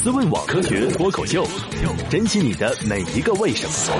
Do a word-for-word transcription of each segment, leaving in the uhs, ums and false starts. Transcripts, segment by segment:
思问网科学脱口秀，珍惜你的每一个为什么。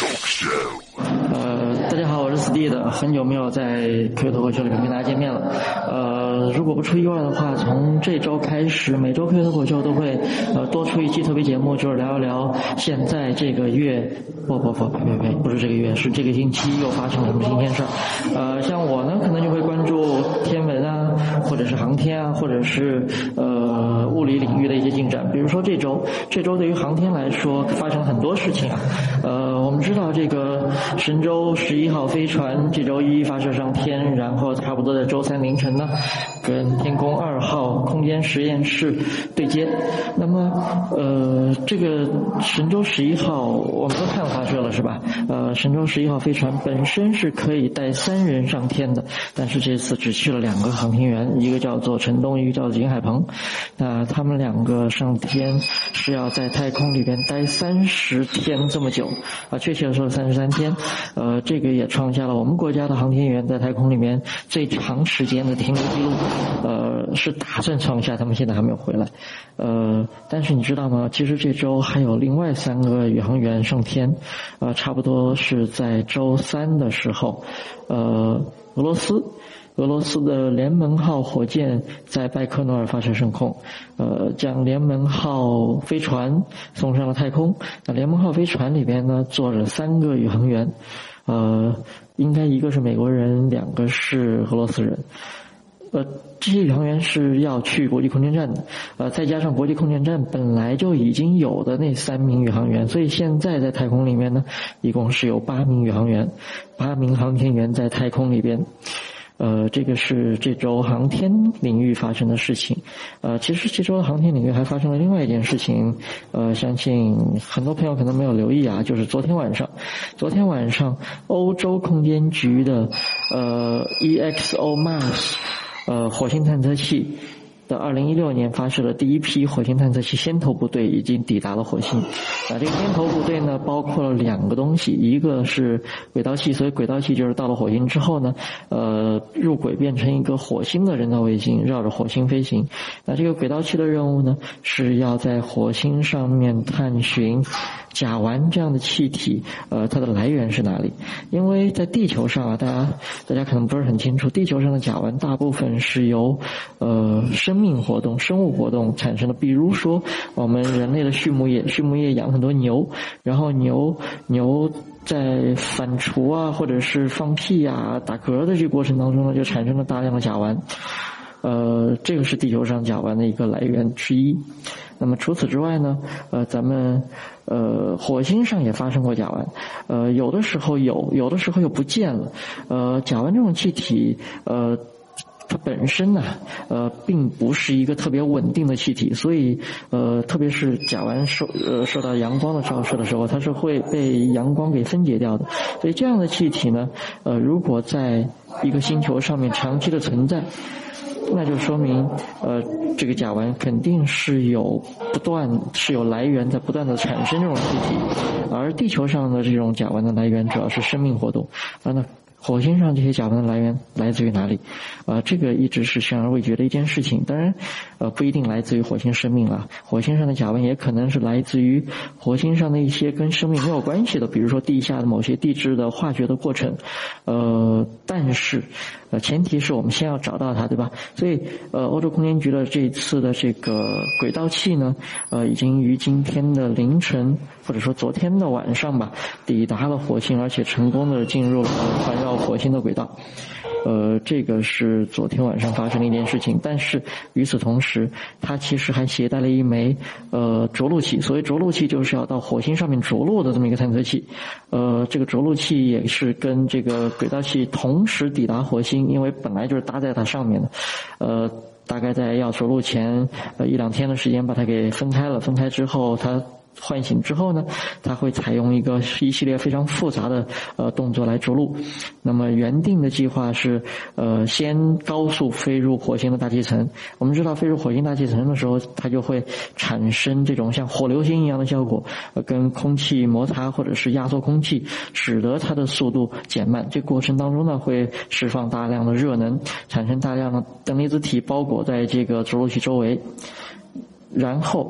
呃，大家好，我是四 D 的，很久没有在科学脱口秀里面跟大家见面了。呃，如果不出意外的话，从这周开始，每周科学脱口秀都会呃多出一期特别节目，就是聊一聊现在这个月，不不不，呸呸呸，不是这个月，是这个星期又发生了什么新鲜事儿。呃，像我呢，可能就会关注天文啊，或者是航天啊，或者是呃物理领域的一些进展。比如说这周，这周对于航天来说发生了很多事情啊。呃，我们知道这个神舟十一号飞船这周一发射上天，然后差不多在周三凌晨呢，跟天宫二号空间实验室对接。那么，呃，这个神舟十一号我们都看发射了是吧？呃，神舟十一号飞船本身是可以带三人上天的，但是这次只去了两个航天员，一个叫做陈冬，一个叫做金海鹏。那他们两个上天是要在太空里边待三十天这么久啊，确切的说三十三天。呃，这个也创下了我们国家的航天员在太空里面最长时间的停留记录。呃，是打算创下，他们现在还没有回来。呃，但是你知道吗？其实这周还有另外三个宇航员上天，呃，差不多是在周三的时候，呃，俄罗斯。俄罗斯的联盟号火箭在拜科诺尔发射升空，呃，将联盟号飞船送上了太空。那联盟号飞船里边呢，坐着三个宇航员，呃，应该一个是美国人，两个是俄罗斯人。呃，这些宇航员是要去国际空间站的，呃，再加上国际空间站本来就已经有的那三名宇航员，所以现在在太空里面呢，一共是有八名宇航员，八名航天员在太空里边。呃，这个是这周航天领域发生的事情。呃，其实这周的航天领域还发生了另外一件事情，呃，相信很多朋友可能没有留意啊，就是昨天晚上，昨天晚上欧洲空间局的呃 E X O Mars 呃火星探测器的二零一六年发射的第一批火星探测器先头部队已经抵达了火星。啊，这个先头部队呢，包括了两个东西，一个是轨道器，所以轨道器就是到了火星之后呢，呃，入轨变成一个火星的人造卫星，绕着火星飞行。那这个轨道器的任务呢，是要在火星上面探寻甲烷这样的气体，呃，它的来源是哪里？因为在地球上啊，大家大家可能不是很清楚，地球上的甲烷大部分是由呃生命活动、生物活动产生的，比如说我们人类的畜牧业，畜牧业养很多牛，然后牛牛在反刍啊，或者是放屁啊、打嗝的这个过程当中呢，就产生了大量的甲烷。呃，这个是地球上甲烷的一个来源之一。那么除此之外呢，呃，咱们呃火星上也发生过甲烷，呃，有的时候有，有的时候又不见了。呃，甲烷这种气体，呃。它本身呢，呃，并不是一个特别稳定的气体，所以，呃，特别是甲烷受呃受到阳光的照射的时候，它是会被阳光给分解掉的。所以这样的气体呢，呃，如果在一个星球上面长期的存在，那就说明，呃，这个甲烷肯定是有不断是有来源在不断的产生这种气体，而地球上的这种甲烷的来源主要是生命活动，啊那。火星上这些甲烷的来源来自于哪里？呃，这个一直是悬而未决的一件事情。当然，呃，不一定来自于火星生命了。火星上的甲烷也可能是来自于火星上的一些跟生命没有关系的，比如说地下的某些地质的化学的过程。呃，但是，呃，前提是我们先要找到它，对吧？所以，呃，欧洲空间局的这一次的这个轨道器呢，呃，已经于今天的凌晨或者说昨天的晚上吧，抵达了火星，而且成功的进入了环绕火星的轨道。呃，这个是昨天晚上发生的一件事情，但是与此同时，它其实还携带了一枚呃着陆器。所谓着陆器，就是要到火星上面着陆的这么一个探测器。呃，这个着陆器也是跟这个轨道器同时抵达火星，因为本来就是搭在它上面的。呃，大概在要着陆前呃一两天的时间把它给分开了，分开之后它唤醒之后呢，它会采用一个一系列非常复杂的呃动作来着陆。那么原定的计划是呃先高速飞入火星的大气层。我们知道飞入火星大气层的时候，它就会产生这种像火流星一样的效果，呃跟空气摩擦或者是压缩空气，使得它的速度减慢。这个过程当中呢，会释放大量的热能，产生大量的等离子体包裹在这个着陆器周围。然后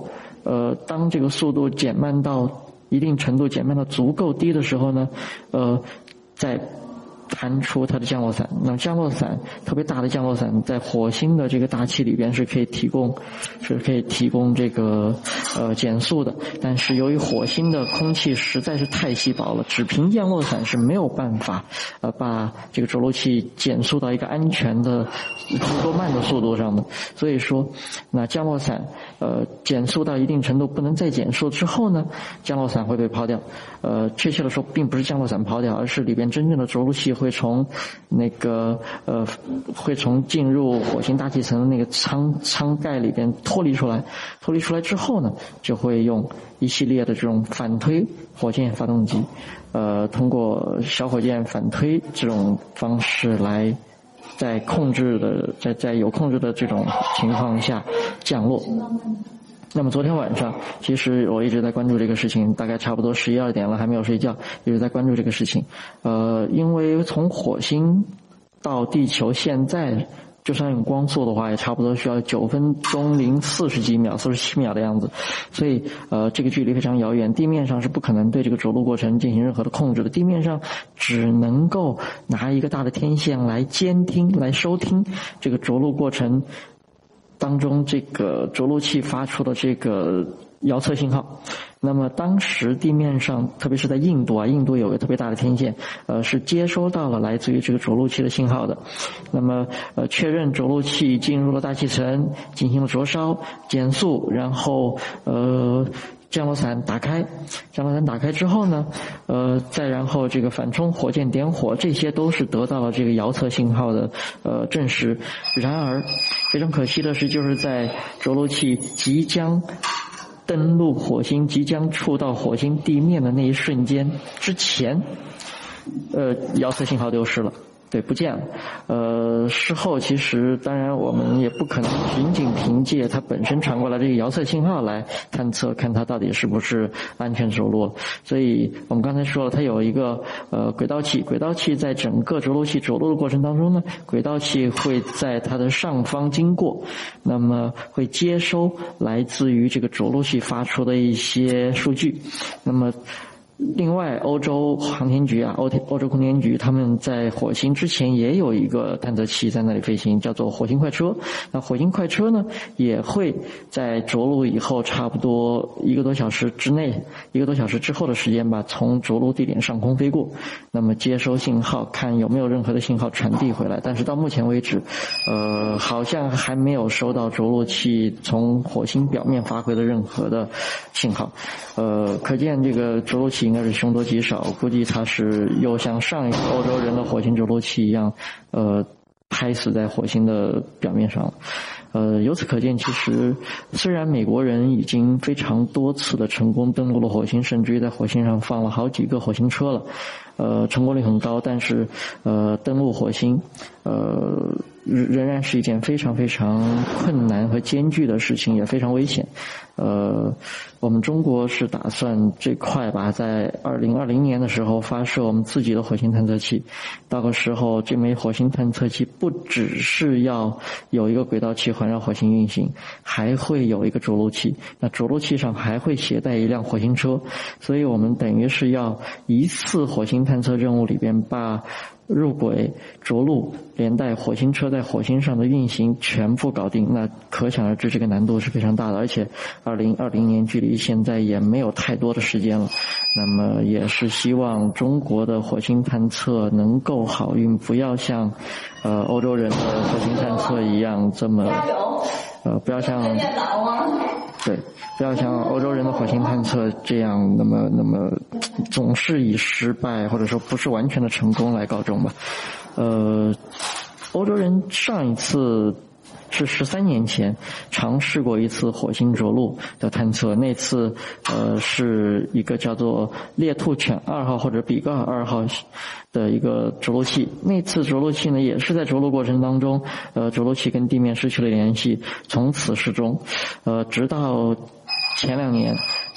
呃，当这个速度减慢到一定程度，减慢到足够低的时候呢，呃，在弹出它的降落伞。那么降落伞特别大的降落伞在火星的这个大气里边是可以提供是可以提供这个呃减速的，但是由于火星的空气实在是太稀薄了，只凭降落伞是没有办法呃把这个着陆器减速到一个安全的足够慢的速度上的。所以说那降落伞呃减速到一定程度不能再减速之后呢，降落伞会被抛掉。呃确切的说并不是降落伞抛掉，而是里边真正的着陆器会从那个呃会从进入火星大气层的那个舱舱盖里边脱离出来，脱离出来之后呢，就会用一系列的这种反推火箭发动机，呃通过小火箭反推这种方式来在控制的在在有控制的这种情况下降落。那么昨天晚上其实我一直在关注这个事情，大概差不多十一二点了还没有睡觉，一直在关注这个事情。呃因为从火星到地球现在就算用光速的话也差不多需要九分钟零四十几秒四十七秒的样子，所以呃这个距离非常遥远，地面上是不可能对这个着陆过程进行任何的控制的，地面上只能够拿一个大的天线来监听来收听这个着陆过程当中这个着陆器发出的这个遥测信号。那么当时地面上特别是在印度啊，印度有个特别大的天线呃是接收到了来自于这个着陆器的信号的。那么呃确认着陆器进入了大气层，进行了灼烧减速，然后呃降落伞打开，降落伞打开之后呢，呃，再然后这个反冲火箭点火，这些都是得到了这个遥测信号的呃证实。然而，非常可惜的是，就是在着陆器即将登陆火星、即将触到火星地面的那一瞬间之前，呃，遥测信号丢失了。对，不见了。呃，事后其实当然我们也不可能仅仅凭借它本身传过来这个遥测信号来探测看它到底是不是安全着陆。所以我们刚才说了，它有一个呃轨道器，轨道器在整个着陆器着陆的过程当中呢，轨道器会在它的上方经过，那么会接收来自于这个着陆器发出的一些数据。那么另外，欧洲航天局啊，欧欧洲空间局，他们在火星之前也有一个探测器在那里飞行，叫做火星快车。那火星快车呢，也会在着陆以后差不多一个多小时之内，一个多小时之后的时间吧，从着陆地点上空飞过，那么接收信号，看有没有任何的信号传递回来。但是到目前为止，呃，好像还没有收到着陆器从火星表面发回的任何的信号。呃，可见这个着陆器应该是凶多吉少，估计它是又像上一个欧洲人的火星着陆器一样，呃，拍死在火星的表面上了。呃，由此可见，其实虽然美国人已经非常多次的成功登陆了火星，甚至于在火星上放了好几个火星车了，呃，成功率很高，但是呃，登陆火星，呃，仍然是一件非常非常困难和艰巨的事情，也非常危险。呃，我们中国是打算这块吧，在二零二零年的时候发射我们自己的火星探测器。到个时候，这枚火星探测器不只是要有一个轨道器环绕火星运行，还会有一个着陆器。那着陆器上还会携带一辆火星车，所以我们等于是要一次火星探测任务里边把入轨、着陆，连带火星车在火星上的运行全部搞定，那可想而知这个难度是非常大的，而且二零二零年距离现在也没有太多的时间了。那么也是希望中国的火星探测能够好运，不要像呃欧洲人的火星探测一样这么呃不要像对不要像欧洲人的火星探测这样那么那么总是以失败或者说不是完全的成功来告终吧。呃欧洲人上一次是十三年前尝试过一次火星着陆的探测，那次呃是一个叫做猎兔犬二号或者比格尔二号的一个着陆器。那次着陆器呢也是在着陆过程当中，呃着陆器跟地面失去了联系，从此失踪。呃直到前两年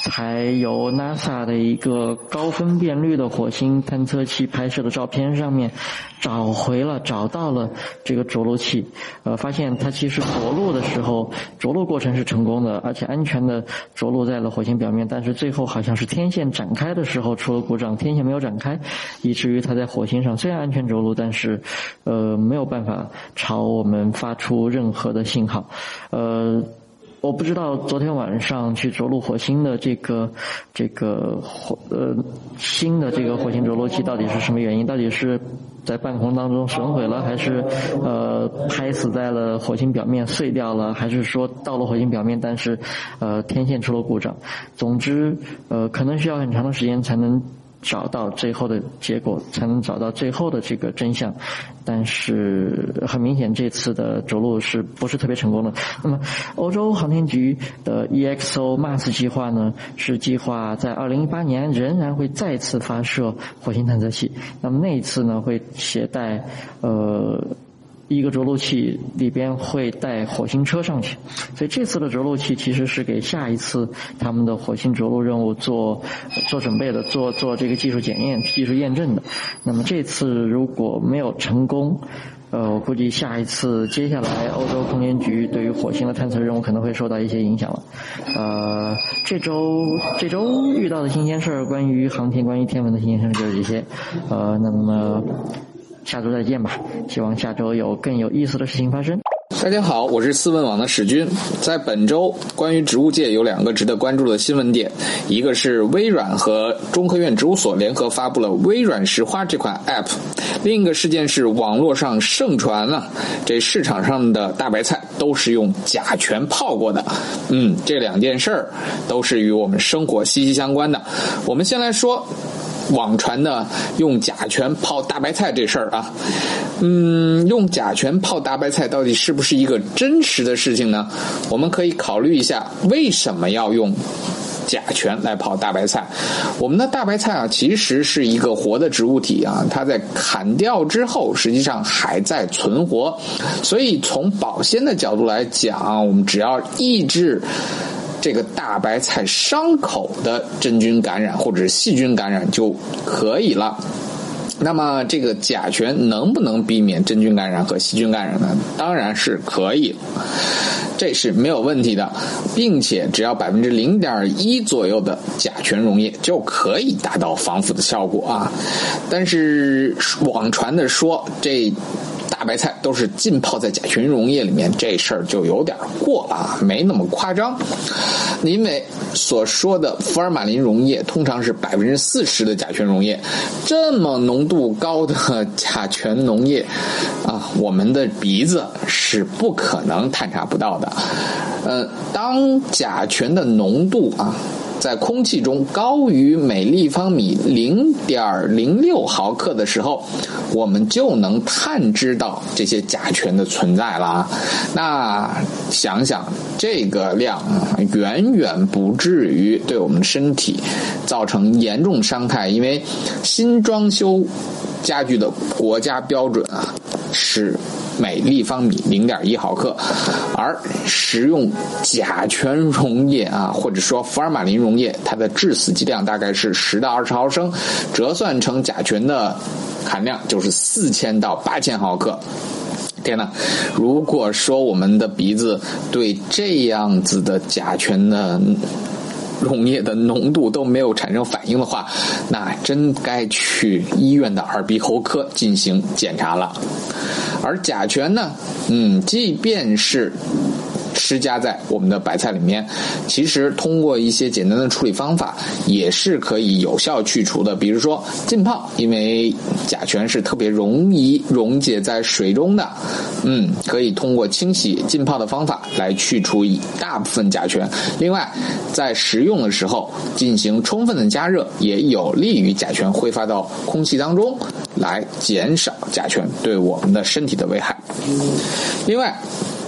才由 NASA 的一个高分辨率的火星探测器拍摄的照片上面找回了找到了这个着陆器，呃，发现它其实着陆的时候着陆过程是成功的，而且安全的着陆在了火星表面，但是最后好像是天线展开的时候出了故障，天线没有展开，以至于它在火星上虽然安全着陆，但是呃没有办法朝我们发出任何的信号。呃我不知道昨天晚上去着陆火星的这个这个火呃新的这个火星着陆器到底是什么原因？到底是在半空当中损毁了，还是呃拍死在了火星表面碎掉了，还是说到了火星表面但是呃天线出了故障？总之呃可能需要很长的时间才能找到最后的结果，才能找到最后的这个真相。但是很明显这次的着陆是不是特别成功的。那么欧洲航天局的 E X O Mars 计划呢，是计划在二零一八年仍然会再次发射火星探测器，那么那一次呢会携带呃一个着陆器里边会带火星车上去，所以这次的着陆器其实是给下一次他们的火星着陆任务做做准备的，做做这个技术检验、技术验证的。那么这次如果没有成功，呃，我估计下一次接下来欧洲空间局对于火星的探测任务可能会受到一些影响了。呃，这周这周遇到的新鲜事儿，关于航天、关于天文的新鲜事儿就是这些。呃，那么下周再见吧，希望下周有更有意思的事情发生。 大家好，我是思问网的史军。在本周关于植物界有两个值得关注的新闻点，一个是微软和中科院植物所联合发布了微软石花这款 App， 另一个事件是网络上盛传了这市场上的大白菜都是用甲醛泡过的。嗯，这两件事儿都是与我们生活息息相关的。我们先来说网传的用甲醛泡大白菜这事儿啊，嗯，用甲醛泡大白菜到底是不是一个真实的事情呢？我们可以考虑一下为什么要用甲醛来泡大白菜。我们的大白菜啊，其实是一个活的植物体啊，它在砍掉之后实际上还在存活，所以从保鲜的角度来讲，我们只要抑制这个大白菜伤口的真菌感染或者是细菌感染就可以了。那么这个甲醛能不能避免真菌感染和细菌感染呢？当然是可以，这是没有问题的，并且只要 百分之零点一 左右的甲醛溶液就可以达到防腐的效果啊。但是网传的说这大白菜都是浸泡在甲醛溶液里面，这事儿就有点过了啊，没那么夸张。因为所说的福尔马林溶液通常是 百分之四十 的甲醛溶液，这么浓度高的甲醛溶液啊，我们的鼻子是不可能探查不到的。呃，当甲醛的浓度啊在空气中高于每立方米 零点零六毫克的时候，我们就能探知到这些甲醛的存在了。那想想这个量远远不至于对我们身体造成严重伤害，因为新装修家具的国家标准啊是每立方米 零点一毫克，而食用甲醛溶液啊，或者说福尔马林溶液，它的致死剂量大概是十到二十毫升，折算成甲醛的含量就是四千到八千毫克。天哪，如果说我们的鼻子对这样子的甲醛的溶液的浓度都没有产生反应的话，那真该去医院的耳鼻喉科进行检查了。而甲醛呢，嗯，即便是施加在我们的白菜里面，其实通过一些简单的处理方法也是可以有效去除的。比如说浸泡，因为甲醛是特别容易溶解在水中的，嗯，可以通过清洗浸泡的方法来去除一大部分甲醛。另外在食用的时候进行充分的加热，也有利于甲醛挥发到空气当中，来减少甲醛对我们的身体的危害。另外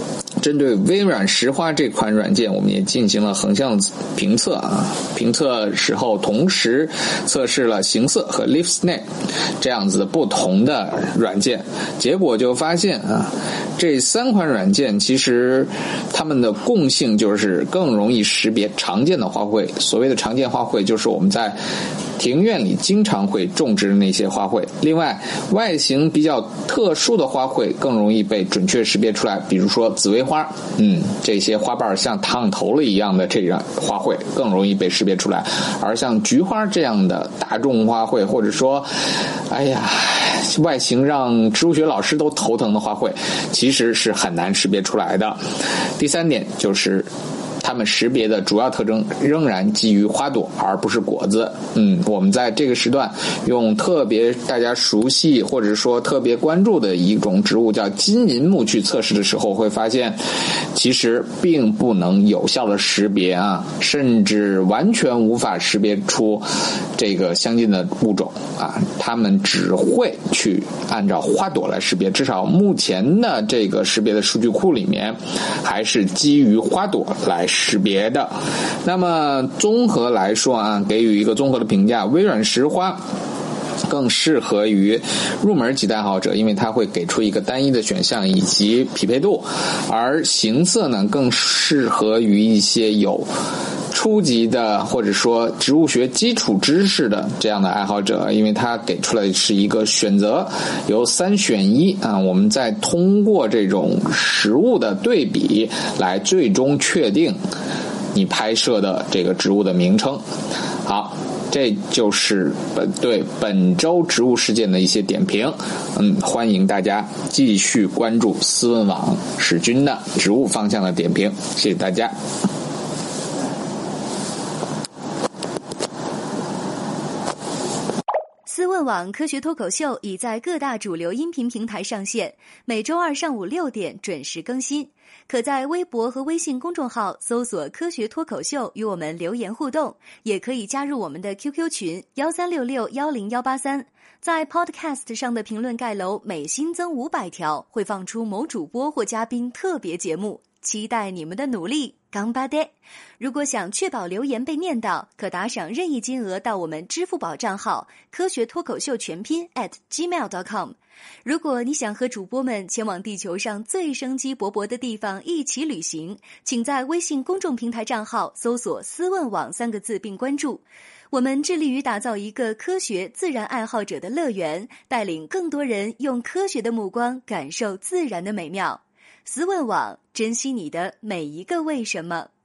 针对微软石花这款软件，我们也进行了横向评测啊。评测时候同时测试了行色和 LeafSnake 这样子的不同的软件，结果就发现啊，这三款软件其实它们的共性就是更容易识别常见的花卉。所谓的常见花卉就是我们在庭院里经常会种植的那些花卉。另外，外形比较特殊的花卉更容易被准确识别出来，比如说紫薇花，嗯，这些花瓣像烫头了一样的这样花卉更容易被识别出来。而像菊花这样的大众花卉，或者说，哎呀，外形让植物学老师都头疼的花卉，其实是很难识别出来的。第三点就是它们识别的主要特征仍然基于花朵而不是果子。嗯，我们在这个时段用特别大家熟悉或者说特别关注的一种植物叫金银木去测试的时候，会发现其实并不能有效的识别啊，甚至完全无法识别出这个相近的物种啊，它们只会去按照花朵来识别，至少目前的这个识别的数据库里面还是基于花朵来识别的。那么综合来说啊，给予一个综合的评价，微软石花更适合于入门级的爱好者，因为它会给出一个单一的选项以及匹配度，而行色呢更适合于一些有初级的或者说植物学基础知识的这样的爱好者，因为它给出来是一个选择，由三选一啊，我们再通过这种实物的对比来最终确定你拍摄的这个植物的名称。好，这就是本对本周植物事件的一些点评。嗯，欢迎大家继续关注思问网史军的植物方向的点评，谢谢大家。 思问网科学脱口秀已在各大主流音频平台上线，每周二上午六点准时更新。可在微博和微信公众号搜索科学脱口秀与我们留言互动，也可以加入我们的 Q Q 群幺三六六幺零幺八三。在 Podcast 上的评论盖楼每新增五百条，会放出某主播或嘉宾特别节目，期待你们的努力。干巴爹！如果想确保留言被念到，可打赏任意金额到我们支付宝账号科学脱口秀全拼 at gmail dot com。如果你想和主播们前往地球上最生机勃勃的地方一起旅行，请在微信公众平台账号搜索思问网三个字并关注。我们致力于打造一个科学自然爱好者的乐园，带领更多人用科学的目光感受自然的美妙。思问网，珍惜你的每一个为什么。